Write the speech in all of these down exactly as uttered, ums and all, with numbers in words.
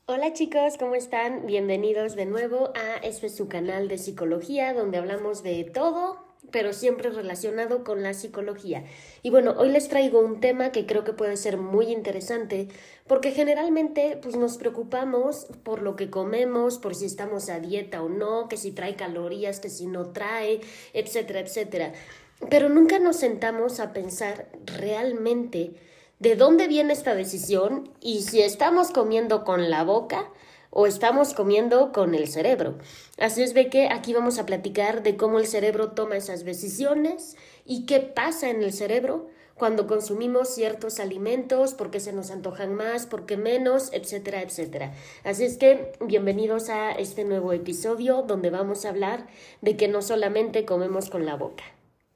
Hola chicos, ¿cómo están? Bienvenidos de nuevo a este su canal de psicología donde hablamos de todo, pero siempre relacionado con la psicología. Y bueno, hoy les traigo un tema que creo que puede ser muy interesante porque generalmente pues nos preocupamos por lo que comemos, por si estamos a dieta o no, que si trae calorías, que si no trae, etcétera, etcétera. Pero nunca nos sentamos a pensar realmente de dónde viene esta decisión y si estamos comiendo con la boca o estamos comiendo con el cerebro. Así es de que aquí vamos a platicar de cómo el cerebro toma esas decisiones y qué pasa en el cerebro cuando consumimos ciertos alimentos, por qué se nos antojan más, por qué menos, etcétera, etcétera. Así es que bienvenidos a este nuevo episodio donde vamos a hablar de que no solamente comemos con la boca.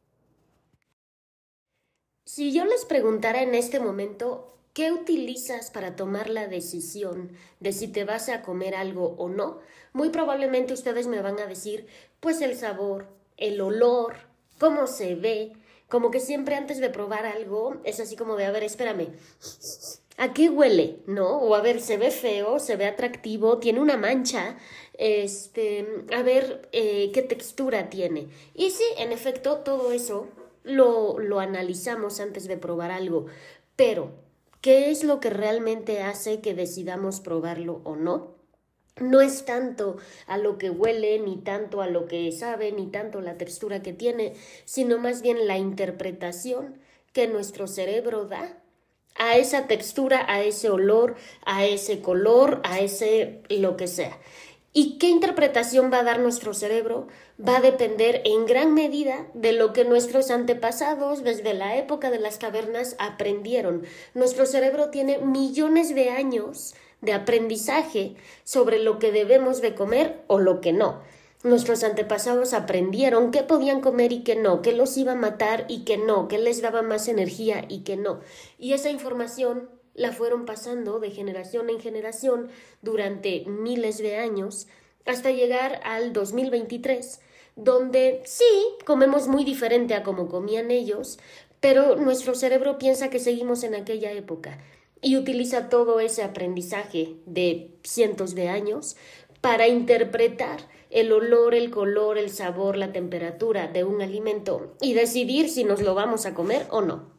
Si yo les preguntara en este momento, ¿qué utilizas para tomar la decisión de si te vas a comer algo o no? Muy probablemente ustedes me van a decir, pues el sabor, el olor, cómo se ve, como que siempre antes de probar algo es así como de, a ver, espérame, ¿a qué huele? ¿No? O a ver, se ve feo, se ve atractivo, tiene una mancha, este, a ver, eh, qué textura tiene. Y sí, en efecto, todo eso lo, lo analizamos antes de probar algo, pero ¿qué es lo que realmente hace que decidamos probarlo o no? No es tanto a lo que huele, ni tanto a lo que sabe, ni tanto la textura que tiene, sino más bien la interpretación que nuestro cerebro da a esa textura, a ese olor, a ese color, a ese lo que sea. ¿Y qué interpretación va a dar nuestro cerebro? Va a depender en gran medida de lo que nuestros antepasados desde la época de las cavernas aprendieron. Nuestro cerebro tiene millones de años de aprendizaje sobre lo que debemos de comer o lo que no. Nuestros antepasados aprendieron qué podían comer y qué no, qué los iba a matar y qué no, qué les daba más energía y qué no. Y esa información la fueron pasando de generación en generación durante miles de años hasta llegar al dos mil veintitrés, donde sí, comemos muy diferente a como comían ellos, pero nuestro cerebro piensa que seguimos en aquella época y utiliza todo ese aprendizaje de cientos de años para interpretar el olor, el color, el sabor, la temperatura de un alimento y decidir si nos lo vamos a comer o no.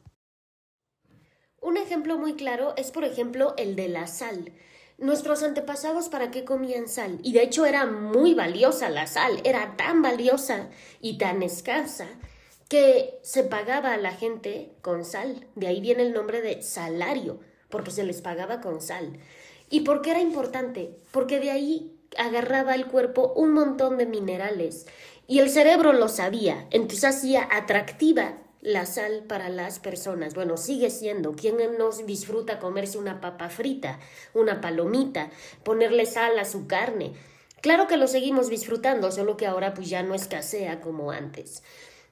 Un ejemplo muy claro es, por ejemplo, el de la sal. Nuestros antepasados, ¿para qué comían sal? Y de hecho era muy valiosa la sal, era tan valiosa y tan escasa que se pagaba a la gente con sal. De ahí viene el nombre de salario, porque se les pagaba con sal. ¿Y por qué era importante? Porque de ahí agarraba el cuerpo un montón de minerales y el cerebro lo sabía, entonces hacía atractiva la sal para las personas. Bueno, sigue siendo. ¿Quién nos disfruta comerse una papa frita, una palomita, ponerle sal a su carne? Claro que lo seguimos disfrutando, solo que ahora pues ya no escasea como antes.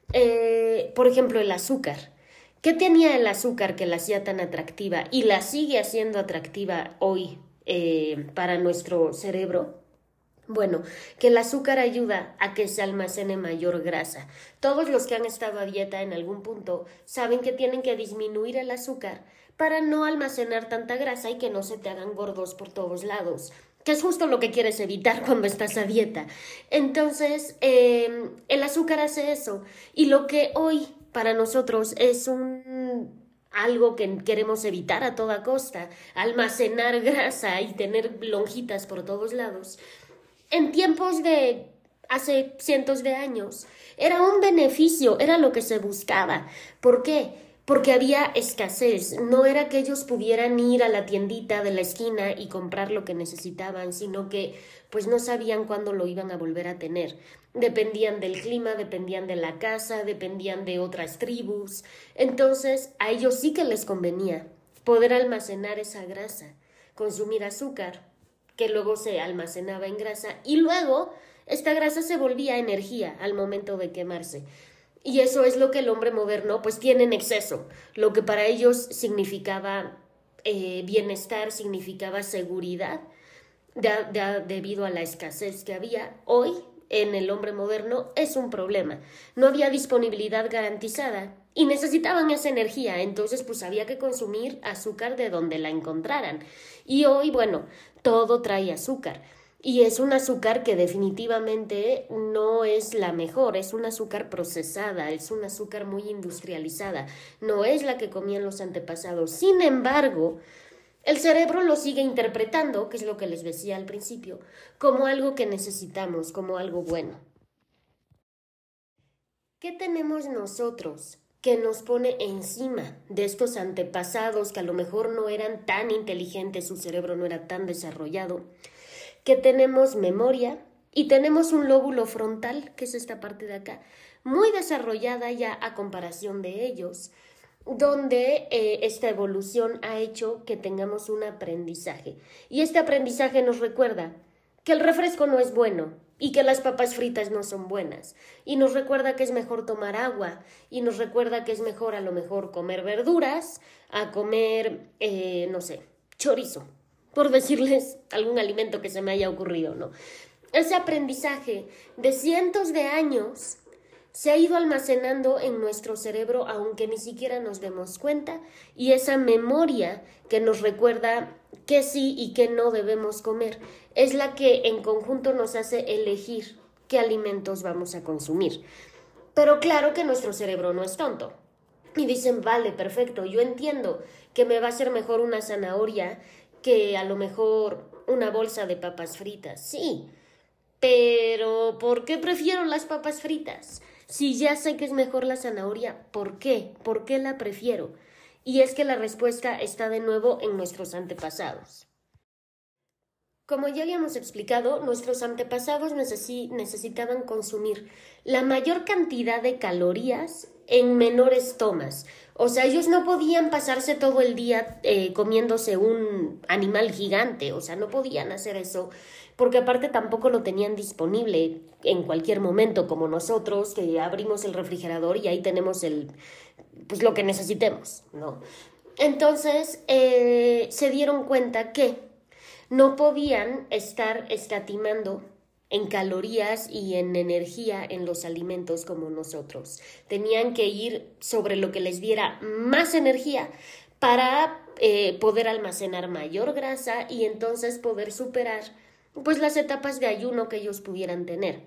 Eh, por ejemplo, el azúcar. ¿Qué tenía el azúcar que la hacía tan atractiva y la sigue haciendo atractiva hoy eh, para nuestro cerebro? Bueno, que el azúcar ayuda a que se almacene mayor grasa. Todos los que han estado a dieta en algún punto saben que tienen que disminuir el azúcar para no almacenar tanta grasa y que no se te hagan gordos por todos lados, que es justo lo que quieres evitar cuando estás a dieta. Entonces, eh, el azúcar hace eso y lo que hoy para nosotros es un algo que queremos evitar a toda costa, almacenar grasa y tener lonjitas por todos lados en tiempos de hace cientos de años. Era un beneficio, era lo que se buscaba. ¿Por qué? Porque había escasez. No era que ellos pudieran ir a la tiendita de la esquina y comprar lo que necesitaban, sino que pues no sabían cuándo lo iban a volver a tener. Dependían del clima, dependían de la casa, dependían de otras tribus. Entonces, a ellos sí que les convenía poder almacenar esa grasa, consumir azúcar, que luego se almacenaba en grasa y luego esta grasa se volvía energía al momento de quemarse. Y eso es lo que el hombre moderno pues tiene en exceso. Lo que para ellos significaba eh, bienestar, significaba seguridad de, de, debido a la escasez que había. Hoy en el hombre moderno es un problema. No había disponibilidad garantizada y necesitaban esa energía, entonces pues había que consumir azúcar de donde la encontraran. Y hoy, bueno, todo trae azúcar. Y es un azúcar que definitivamente no es la mejor, es un azúcar procesada, es un azúcar muy industrializada, no es la que comían los antepasados. Sin embargo, el cerebro lo sigue interpretando, que es lo que les decía al principio, como algo que necesitamos, como algo bueno. ¿Qué tenemos nosotros que nos pone encima de estos antepasados que a lo mejor no eran tan inteligentes, su cerebro no era tan desarrollado? Que tenemos memoria y tenemos un lóbulo frontal, que es esta parte de acá, muy desarrollada ya a comparación de ellos, donde eh, esta evolución ha hecho que tengamos un aprendizaje. Y este aprendizaje nos recuerda que el refresco no es bueno y que las papas fritas no son buenas. Y nos recuerda que es mejor tomar agua y nos recuerda que es mejor a lo mejor comer verduras a comer, eh, no sé, chorizo, por decirles algún alimento que se me haya ocurrido, ¿no? Ese aprendizaje de cientos de años se ha ido almacenando en nuestro cerebro, aunque ni siquiera nos demos cuenta, y esa memoria que nos recuerda qué sí y qué no debemos comer es la que en conjunto nos hace elegir qué alimentos vamos a consumir. Pero claro que nuestro cerebro no es tonto. Y dicen, vale, perfecto, yo entiendo que me va a ser mejor una zanahoria que a lo mejor una bolsa de papas fritas. Sí, pero ¿por qué prefiero las papas fritas? Si ya sé que es mejor la zanahoria, ¿por qué? ¿Por qué la prefiero? Y es que la respuesta está de nuevo en nuestros antepasados. Como ya habíamos explicado, nuestros antepasados necesi- necesitaban consumir la mayor cantidad de calorías en menores tomas. O sea, ellos no podían pasarse todo el día eh, comiéndose un animal gigante, o sea, no podían hacer eso, porque aparte tampoco lo tenían disponible en cualquier momento, como nosotros, que abrimos el refrigerador y ahí tenemos el, pues lo que necesitemos, ¿no? Entonces, eh, se dieron cuenta que no podían estar escatimando en calorías y en energía en los alimentos como nosotros. Tenían que ir sobre lo que les diera más energía para eh, poder almacenar mayor grasa y entonces poder superar pues las etapas de ayuno que ellos pudieran tener.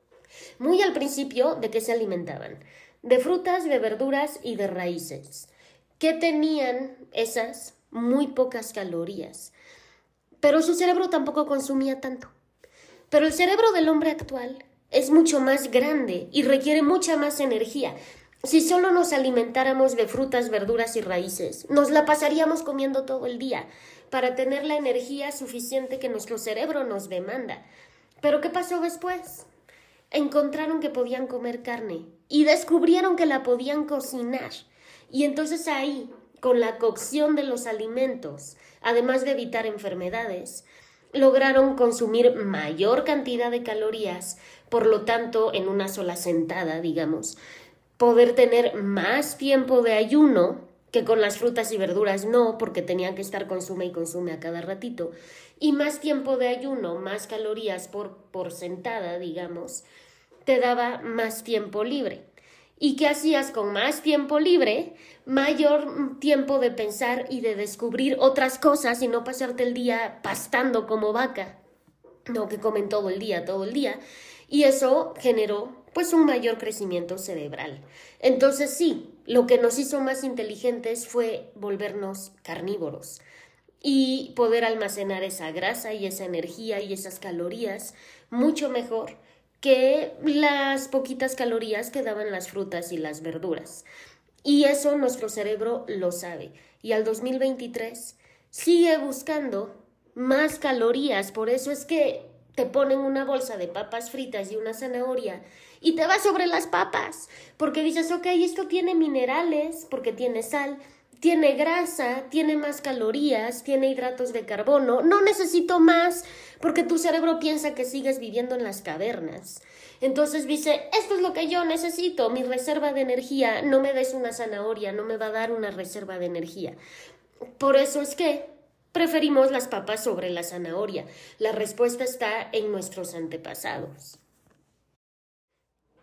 Muy al principio, ¿de qué se alimentaban? De frutas, de verduras y de raíces. ¿Qué tenían esas? Muy pocas calorías. Pero su cerebro tampoco consumía tanto. Pero el cerebro del hombre actual es mucho más grande y requiere mucha más energía. Si solo nos alimentáramos de frutas, verduras y raíces, nos la pasaríamos comiendo todo el día para tener la energía suficiente que nuestro cerebro nos demanda. ¿Pero qué pasó después? Encontraron que podían comer carne y descubrieron que la podían cocinar. Y entonces ahí, con la cocción de los alimentos, además de evitar enfermedades, lograron consumir mayor cantidad de calorías, por lo tanto, en una sola sentada, digamos, poder tener más tiempo de ayuno, que con las frutas y verduras no, porque tenían que estar consume y consume a cada ratito, y más tiempo de ayuno, más calorías por, por sentada, digamos, te daba más tiempo libre. ¿Y qué hacías con más tiempo libre? Mayor tiempo de pensar y de descubrir otras cosas y no pasarte el día pastando como vaca, no, que comen todo el día, todo el día. Y eso generó pues un mayor crecimiento cerebral. Entonces sí, lo que nos hizo más inteligentes fue volvernos carnívoros y poder almacenar esa grasa y esa energía y esas calorías mucho mejor que las poquitas calorías que daban las frutas y las verduras. Y eso nuestro cerebro lo sabe. Y al dos mil veintitrés sigue buscando más calorías. Por eso es que te ponen una bolsa de papas fritas y una zanahoria y te vas sobre las papas. Porque dices, ok, esto tiene minerales, porque tiene sal, tiene grasa, tiene más calorías, tiene hidratos de carbono, no necesito más, porque tu cerebro piensa que sigues viviendo en las cavernas. Entonces dice, esto es lo que yo necesito, mi reserva de energía, no me des una zanahoria, no me va a dar una reserva de energía. Por eso es que preferimos las papas sobre la zanahoria. La respuesta está en nuestros antepasados.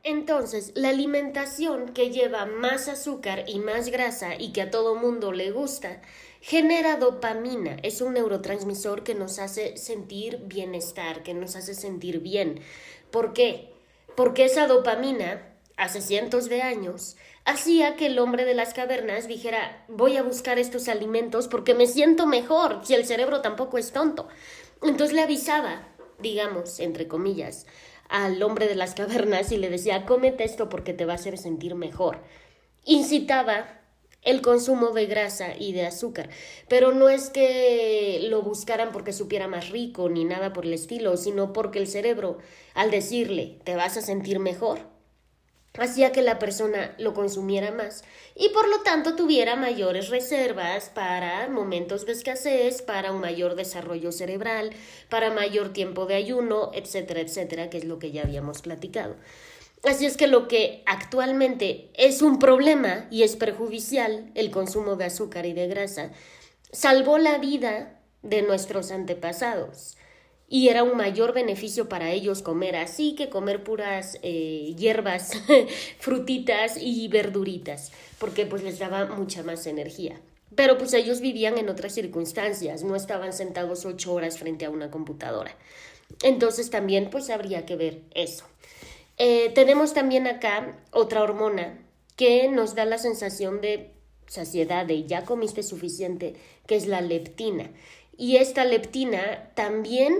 Entonces, la alimentación que lleva más azúcar y más grasa y que a todo mundo le gusta, genera dopamina. Es un neurotransmisor que nos hace sentir bienestar, que nos hace sentir bien. ¿Por qué? Porque esa dopamina, hace cientos de años, hacía que el hombre de las cavernas dijera, voy a buscar estos alimentos porque me siento mejor, si el cerebro tampoco es tonto. Entonces le avisaba, digamos, entre comillas, al hombre de las cavernas y le decía, cómete esto porque te va a hacer sentir mejor. Incitaba el consumo de grasa y de azúcar, pero no es que lo buscaran porque supiera más rico ni nada por el estilo, sino porque el cerebro, al decirle, te vas a sentir mejor, hacía que la persona lo consumiera más y por lo tanto tuviera mayores reservas para momentos de escasez, para un mayor desarrollo cerebral, para mayor tiempo de ayuno, etcétera, etcétera, que es lo que ya habíamos platicado. Así es que lo que actualmente es un problema y es perjudicial, el consumo de azúcar y de grasa, salvó la vida de nuestros antepasados. Y era un mayor beneficio para ellos comer así que comer puras eh, hierbas, frutitas y verduritas, porque pues les daba mucha más energía. Pero pues ellos vivían en otras circunstancias, no estaban sentados ocho horas frente a una computadora. Entonces también pues habría que ver eso. Eh, tenemos también acá otra hormona que nos da la sensación de saciedad, de ya comiste suficiente, que es la leptina. Y esta leptina también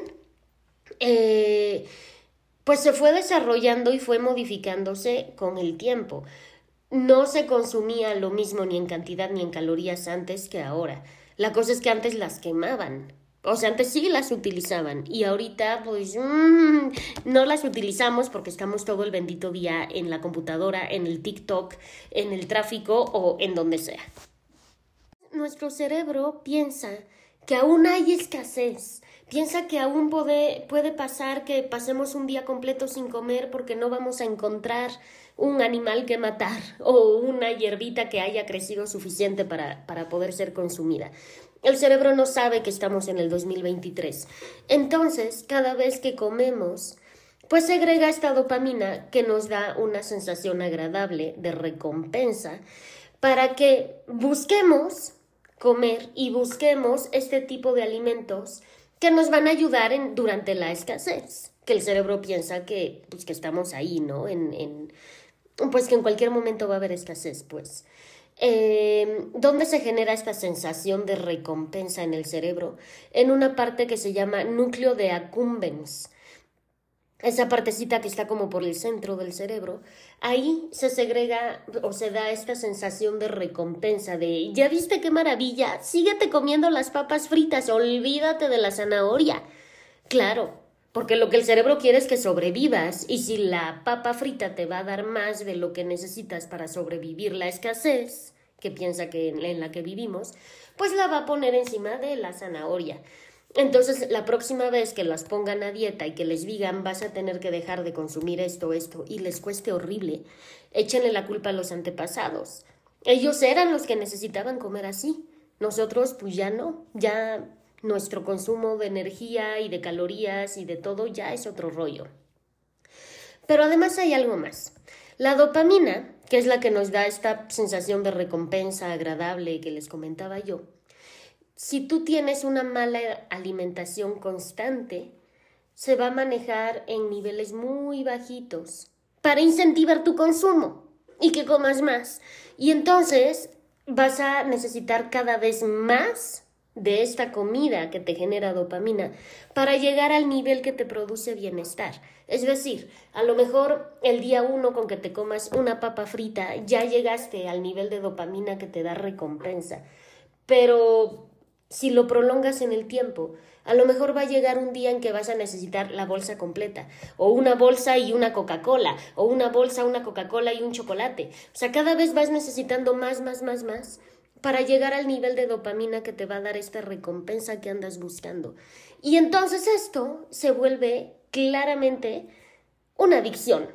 eh, pues se fue desarrollando y fue modificándose con el tiempo. No se consumía lo mismo ni en cantidad ni en calorías antes que ahora. La cosa es que antes las quemaban. O sea, antes sí las utilizaban y ahorita pues mmm, no las utilizamos porque estamos todo el bendito día en la computadora, en el TikTok, en el tráfico o en donde sea. Nuestro cerebro piensa que aún hay escasez, piensa que aún puede, puede pasar que pasemos un día completo sin comer porque no vamos a encontrar un animal que matar o una hierbita que haya crecido suficiente para, para poder ser consumida. El cerebro no sabe que estamos en el dos mil veintitrés. Entonces, cada vez que comemos, pues segrega esta dopamina que nos da una sensación agradable de recompensa para que busquemos comer y busquemos este tipo de alimentos que nos van a ayudar en, durante la escasez, que el cerebro piensa que, pues, que estamos ahí, ¿no? En, en, pues que en cualquier momento va a haber escasez, pues. Eh, ¿Dónde se genera esta sensación de recompensa en el cerebro? En una parte que se llama núcleo de accumbens. Esa partecita que está como por el centro del cerebro, ahí se segrega o se da esta sensación de recompensa, de ¿ya viste qué maravilla? Síguete comiendo las papas fritas, olvídate de la zanahoria. Claro, porque lo que el cerebro quiere es que sobrevivas y si la papa frita te va a dar más de lo que necesitas para sobrevivir la escasez, que piensa que en la que vivimos, pues la va a poner encima de la zanahoria. Entonces, la próxima vez que las pongan a dieta y que les digan vas a tener que dejar de consumir esto, esto, y les cueste horrible, échenle la culpa a los antepasados. Ellos eran los que necesitaban comer así. Nosotros, pues ya no, ya nuestro consumo de energía y de calorías y de todo ya es otro rollo. Pero además hay algo más. La dopamina, que es la que nos da esta sensación de recompensa agradable que les comentaba yo, si tú tienes una mala alimentación constante, se va a manejar en niveles muy bajitos para incentivar tu consumo y que comas más. Y entonces vas a necesitar cada vez más de esta comida que te genera dopamina para llegar al nivel que te produce bienestar. Es decir, a lo mejor el día uno con que te comas una papa frita ya llegaste al nivel de dopamina que te da recompensa. Pero si lo prolongas en el tiempo, a lo mejor va a llegar un día en que vas a necesitar la bolsa completa, o una bolsa y una Coca-Cola, o una bolsa, una Coca-Cola y un chocolate. O sea, cada vez vas necesitando más, más, más, más para llegar al nivel de dopamina que te va a dar esta recompensa que andas buscando. Y entonces esto se vuelve claramente una adicción.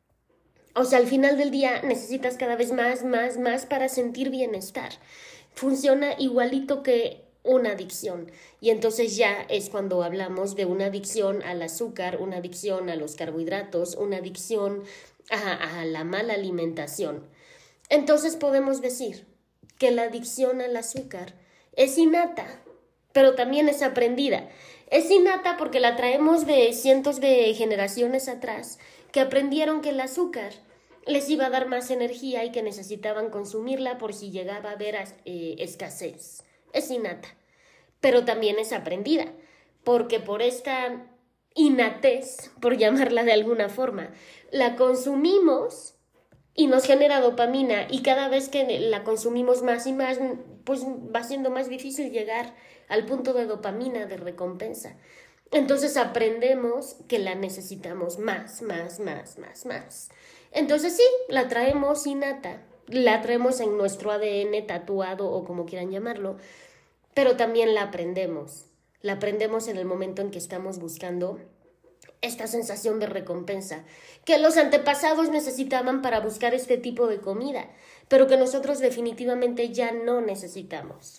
O sea, al final del día necesitas cada vez más, más, más para sentir bienestar. Funciona igualito que una adicción. Y entonces ya es cuando hablamos de una adicción al azúcar, una adicción a los carbohidratos, una adicción a, a la mala alimentación. Entonces podemos decir que la adicción al azúcar es innata, pero también es aprendida. Es innata porque la traemos de cientos de generaciones atrás que aprendieron que el azúcar les iba a dar más energía y que necesitaban consumirla por si llegaba a haber eh, escasez. Es innata, pero también es aprendida, porque por esta innatez, por llamarla de alguna forma, la consumimos y nos genera dopamina, y cada vez que la consumimos más y más, pues va siendo más difícil llegar al punto de dopamina, de recompensa. Entonces aprendemos que la necesitamos más, más, más, más, más. Entonces sí, la traemos innata, la traemos en nuestro A D N tatuado o como quieran llamarlo, pero también la aprendemos. La aprendemos en el momento en que estamos buscando esta sensación de recompensa que los antepasados necesitaban para buscar este tipo de comida, pero que nosotros definitivamente ya no necesitamos.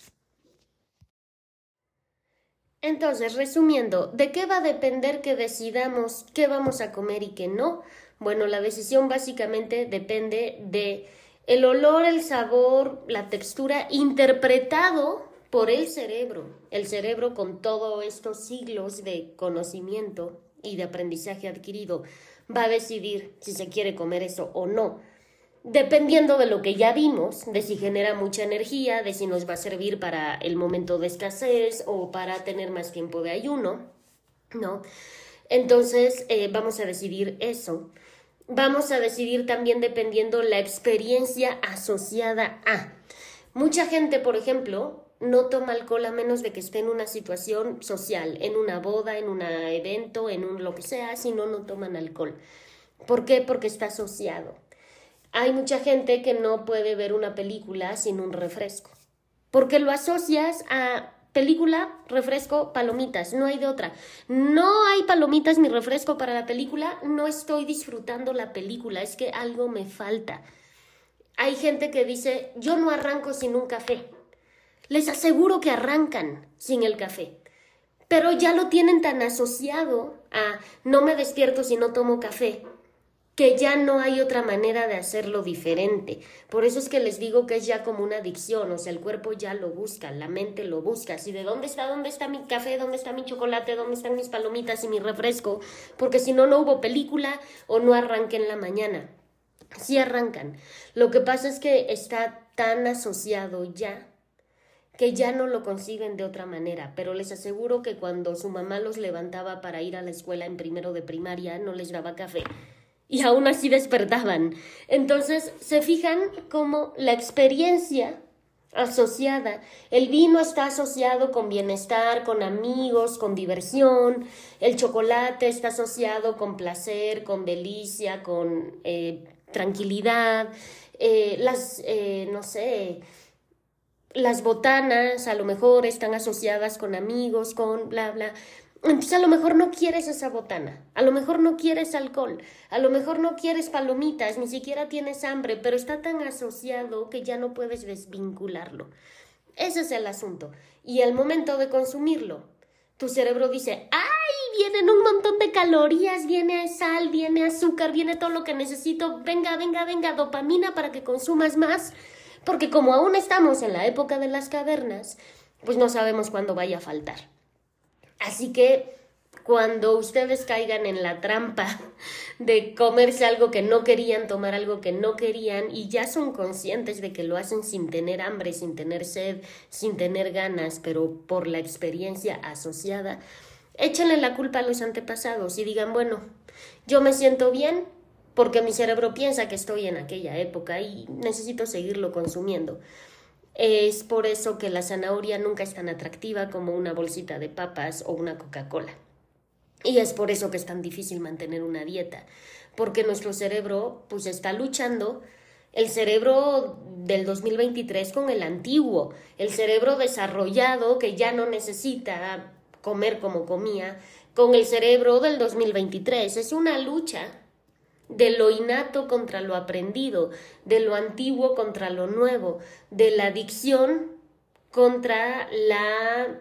Entonces, resumiendo, ¿de qué va a depender que decidamos qué vamos a comer y qué no? Bueno, la decisión básicamente depende de el olor, el sabor, la textura interpretado por el cerebro. El cerebro, con todos estos siglos de conocimiento y de aprendizaje adquirido, va a decidir si se quiere comer eso o no, dependiendo de lo que ya vimos, de si genera mucha energía, de si nos va a servir para el momento de escasez o para tener más tiempo de ayuno, ¿no? Entonces eh, vamos a decidir eso. Vamos a decidir también dependiendo la experiencia asociada a. Mucha gente, por ejemplo, no toma alcohol a menos de que esté en una situación social, en una boda, en un evento, en un lo que sea, si no, no toman alcohol. ¿Por qué? Porque está asociado. Hay mucha gente que no puede ver una película sin un refresco, porque lo asocias a película, refresco, palomitas, no hay de otra. No hay palomitas ni refresco para la película, no estoy disfrutando la película, es que algo me falta. Hay gente que dice, yo no arranco sin un café. Les aseguro que arrancan sin el café, pero ya lo tienen tan asociado a no me despierto si no tomo café, que ya no hay otra manera de hacerlo diferente. Por eso es que les digo que es ya como una adicción, o sea, el cuerpo ya lo busca, la mente lo busca, así de ¿dónde está, dónde está mi café, dónde está mi chocolate, dónde están mis palomitas y mi refresco? Porque si no, no hubo película o no arranqué en la mañana. Sí arrancan. Lo que pasa es que está tan asociado ya que ya no lo conciben de otra manera, pero les aseguro que cuando su mamá los levantaba para ir a la escuela en primero de primaria, no les daba café. Y aún así despertaban. Entonces, se fijan cómo la experiencia asociada, el vino está asociado con bienestar, con amigos, con diversión, el chocolate está asociado con placer, con delicia, con eh, tranquilidad, eh, las, eh, no sé, las botanas a lo mejor están asociadas con amigos, con bla, bla. Entonces a lo mejor no quieres esa botana, a lo mejor no quieres alcohol, a lo mejor no quieres palomitas, ni siquiera tienes hambre, pero está tan asociado que ya no puedes desvincularlo. Ese es el asunto. Y al momento de consumirlo, tu cerebro dice, ¡ay! Vienen un montón de calorías, viene sal, viene azúcar, viene todo lo que necesito, venga, venga, venga, dopamina para que consumas más, porque como aún estamos en la época de las cavernas, pues no sabemos cuándo vaya a faltar. Así que cuando ustedes caigan en la trampa de comerse algo que no querían, tomar algo que no querían y ya son conscientes de que lo hacen sin tener hambre, sin tener sed, sin tener ganas, pero por la experiencia asociada, échenle la culpa a los antepasados y digan, bueno, yo me siento bien porque mi cerebro piensa que estoy en aquella época y necesito seguirlo consumiendo. Es por eso que la zanahoria nunca es tan atractiva como una bolsita de papas o una Coca-Cola. Y es por eso que es tan difícil mantener una dieta, porque nuestro cerebro pues está luchando, el cerebro del dos mil veintitrés con el antiguo, el cerebro desarrollado que ya no necesita comer como comía, con el cerebro del dos mil veintitrés. Es una lucha de lo innato contra lo aprendido, de lo antiguo contra lo nuevo, de la adicción contra la,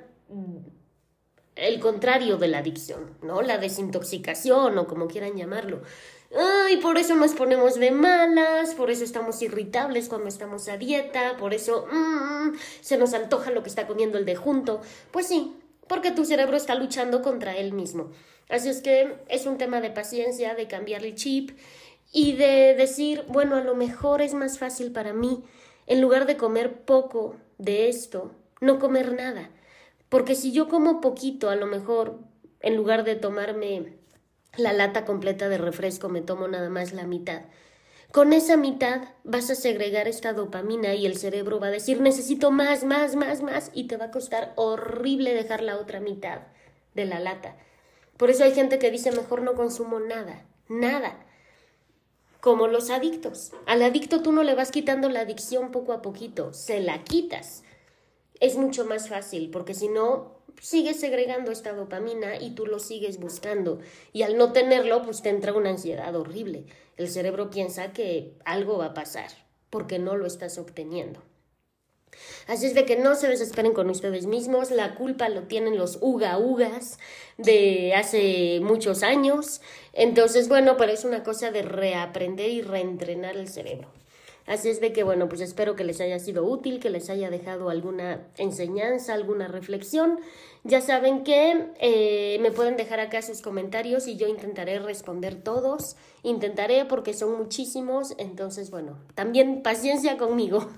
el contrario de la adicción, ¿no? La desintoxicación o como quieran llamarlo. Ay, por eso nos ponemos de malas, por eso estamos irritables cuando estamos a dieta, por eso mmm, se nos antoja lo que está comiendo el de junto. Pues sí, porque tu cerebro está luchando contra él mismo. Así es que es un tema de paciencia, de cambiar el chip y de decir, bueno, a lo mejor es más fácil para mí, en lugar de comer poco de esto, no comer nada. Porque si yo como poquito, a lo mejor, en lugar de tomarme la lata completa de refresco, me tomo nada más la mitad. Con esa mitad vas a segregar esta dopamina y el cerebro va a decir, necesito más, más, más, más, y te va a costar horrible dejar la otra mitad de la lata. Por eso hay gente que dice, mejor no consumo nada, nada. Como los adictos. Al adicto tú no le vas quitando la adicción poco a poquito, se la quitas. Es mucho más fácil, porque si no, sigues segregando esta dopamina y tú lo sigues buscando. Y al no tenerlo, pues te entra una ansiedad horrible. El cerebro piensa que algo va a pasar, porque no lo estás obteniendo. Así es de que no se desesperen con ustedes mismos, la culpa lo tienen los uga ugas de hace muchos años, entonces bueno, pero es una cosa de reaprender y reentrenar el cerebro. Así es de que bueno, pues espero que les haya sido útil, que les haya dejado alguna enseñanza, alguna reflexión. Ya saben que eh, me pueden dejar acá sus comentarios y yo intentaré responder todos, intentaré porque son muchísimos, entonces bueno, también paciencia conmigo.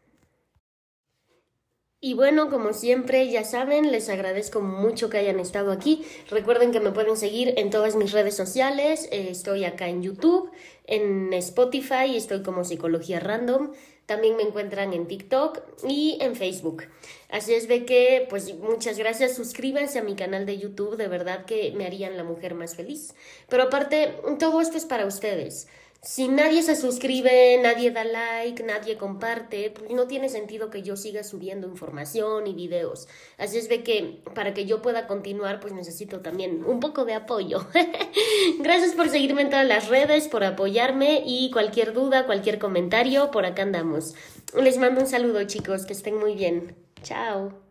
Y bueno, como siempre, ya saben, les agradezco mucho que hayan estado aquí. Recuerden que me pueden seguir en todas mis redes sociales. Eh, estoy acá en YouTube, en Spotify, estoy como Psicología Random. También me encuentran en TikTok y en Facebook. Así es de que, pues muchas gracias. Suscríbanse a mi canal de YouTube, de verdad que me harían la mujer más feliz. Pero aparte, todo esto es para ustedes. Si nadie se suscribe, nadie da like, nadie comparte, pues no tiene sentido que yo siga subiendo información y videos. Así es de que para que yo pueda continuar, pues necesito también un poco de apoyo. Gracias por seguirme en todas las redes, por apoyarme y cualquier duda, cualquier comentario, por acá andamos. Les mando un saludo, chicos, que estén muy bien. Chao.